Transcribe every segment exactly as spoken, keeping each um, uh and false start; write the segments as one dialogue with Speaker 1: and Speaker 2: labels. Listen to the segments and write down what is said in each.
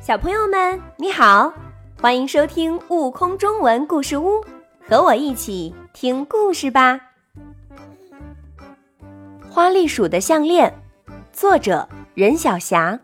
Speaker 1: 小朋友们，你好，欢迎收听悟空中文故事屋，和我一起听故事吧。花栗鼠的项链，作者任晓霞。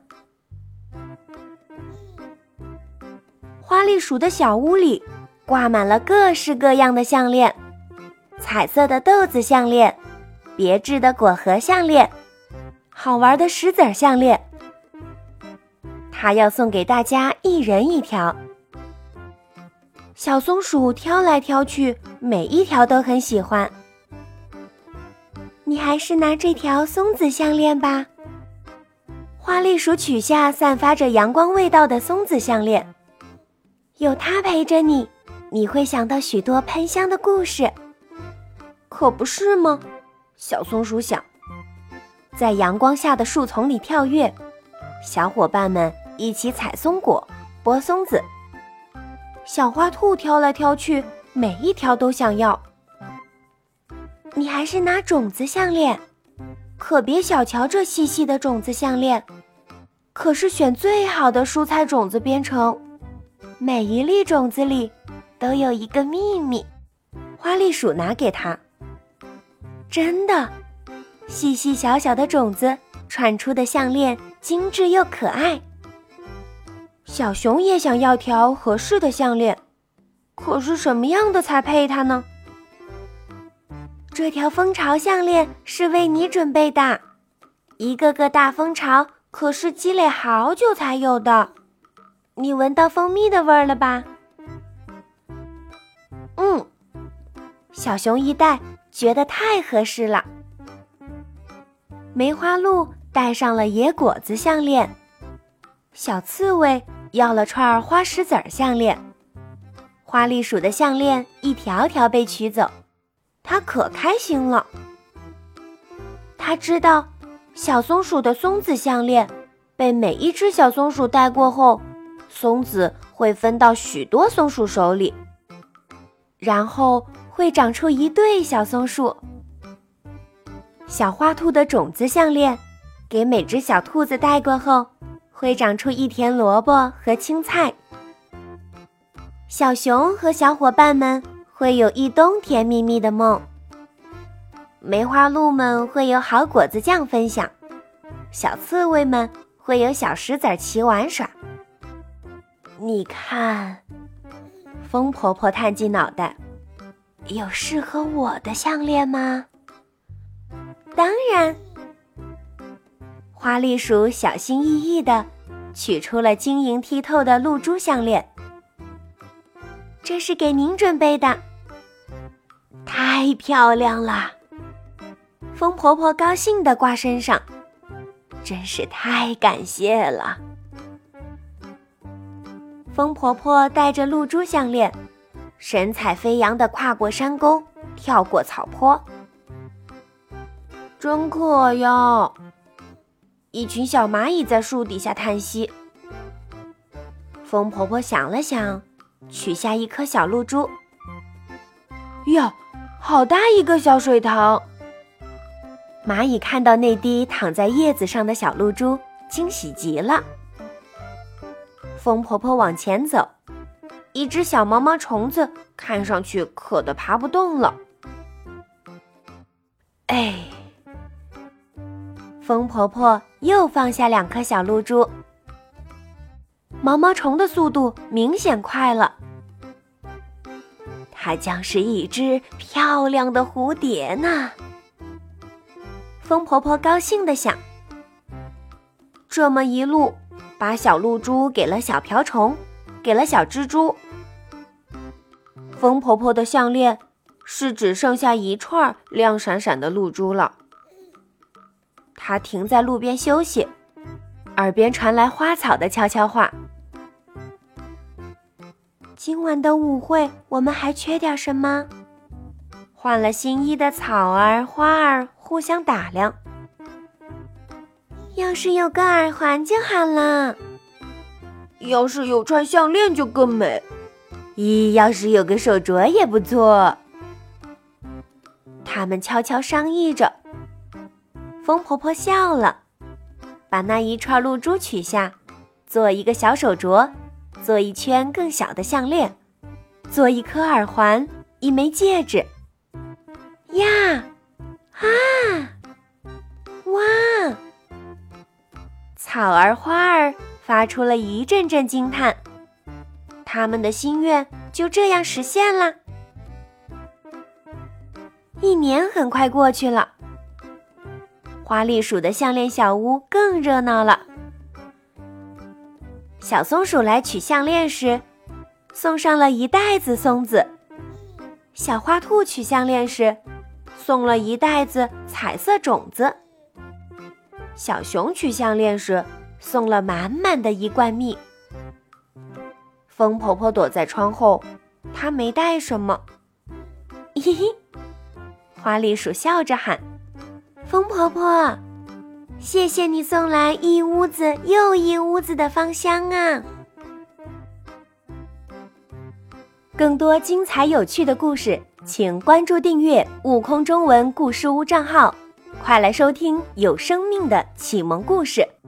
Speaker 1: 花栗鼠的小屋里挂满了各式各样的项链，彩色的豆子项链，别致的果核项链，好玩的石子项链。他要送给大家一人一条。小松鼠挑来挑去，每一条都很喜欢。你还是拿这条松子项链吧。花栗鼠取下散发着阳光味道的松子项链，有它陪着你，你会想到许多喷香的故事。可不是吗？小松鼠想。在阳光下的树丛里跳跃，小伙伴们一起采松果、剥松子。小花兔挑来挑去，每一条都想要。你还是拿种子项链，可别小瞧这细细的种子项链，可是选最好的蔬菜种子编成，每一粒种子里都有一个秘密。花栗鼠拿给他，真的，细细小小的种子串出的项链精致又可爱。小熊也想要条合适的项链，可是什么样的才配它呢？这条蜂巢项链是为你准备的，一个个大蜂巢可是积累好久才有的。你闻到蜂蜜的味儿了吧？嗯，小熊一戴，觉得太合适了。梅花鹿戴上了野果子项链，小刺猬要了串花石子项链，花栗鼠的项链一条条被取走，它可开心了。它知道小松鼠的松子项链被每一只小松鼠戴过后，松子会分到许多松鼠手里，然后会长出一对小松树。小花兔的种子项链给每只小兔子戴过后，会长出一田萝卜和青菜。小熊和小伙伴们会有一冬甜蜜蜜的梦。梅花鹿们会有好果子酱分享，小刺猬们会有小石子棋玩耍。你看，风婆婆探进脑袋，有适合我的项链吗？当然。花栗鼠小心翼翼地取出了晶莹剔透的露珠项链，这是给您准备的。太漂亮了！风婆婆高兴地挂身上，真是太感谢了。风婆婆带着露珠项链，神采飞扬地跨过山沟，跳过草坡。真渴呀！一群小蚂蚁在树底下叹息。风婆婆想了想，取下一颗小露珠。呀，好大一个小水塘！蚂蚁看到那滴躺在叶子上的小露珠，惊喜极了。风婆婆往前走，一只小毛毛虫子看上去渴得爬不动了。哎，风婆婆又放下两颗小露珠，毛毛虫的速度明显快了，它将是一只漂亮的蝴蝶呢。风婆婆高兴地想，这么一路把小露珠给了小瓢虫，给了小蜘蛛。风婆婆的项链是只剩下一串亮闪闪的露珠了。他停在路边休息，耳边传来花草的悄悄话。今晚的舞会我们还缺点什么？换了新衣的草儿花儿互相打量。要是有个耳环就好了。要是有串项链就更美。咦，要是有个手镯也不错。他们悄悄商议着。风婆婆笑了，把那一串露珠取下， 做一个小手镯，做一圈更小的项链，做一颗耳环，一枚戒指。呀！啊！哇！草儿花儿发出了一阵阵惊叹，他们的心愿就这样实现了。一年很快过去了，花栗鼠的项链小屋更热闹了。小松鼠来取项链时，送上了一袋子松子；小花兔取项链时，送了一袋子彩色种子；小熊取项链时，送了满满的一罐蜜。风婆婆躲在窗后，她没带什么。嘿嘿，花栗鼠笑着喊：“风婆婆，谢谢你送来一屋子又一屋子的芳香啊！”更多精彩有趣的故事，请关注订阅悟空中文故事屋账号，快来收听有生命的启蒙故事。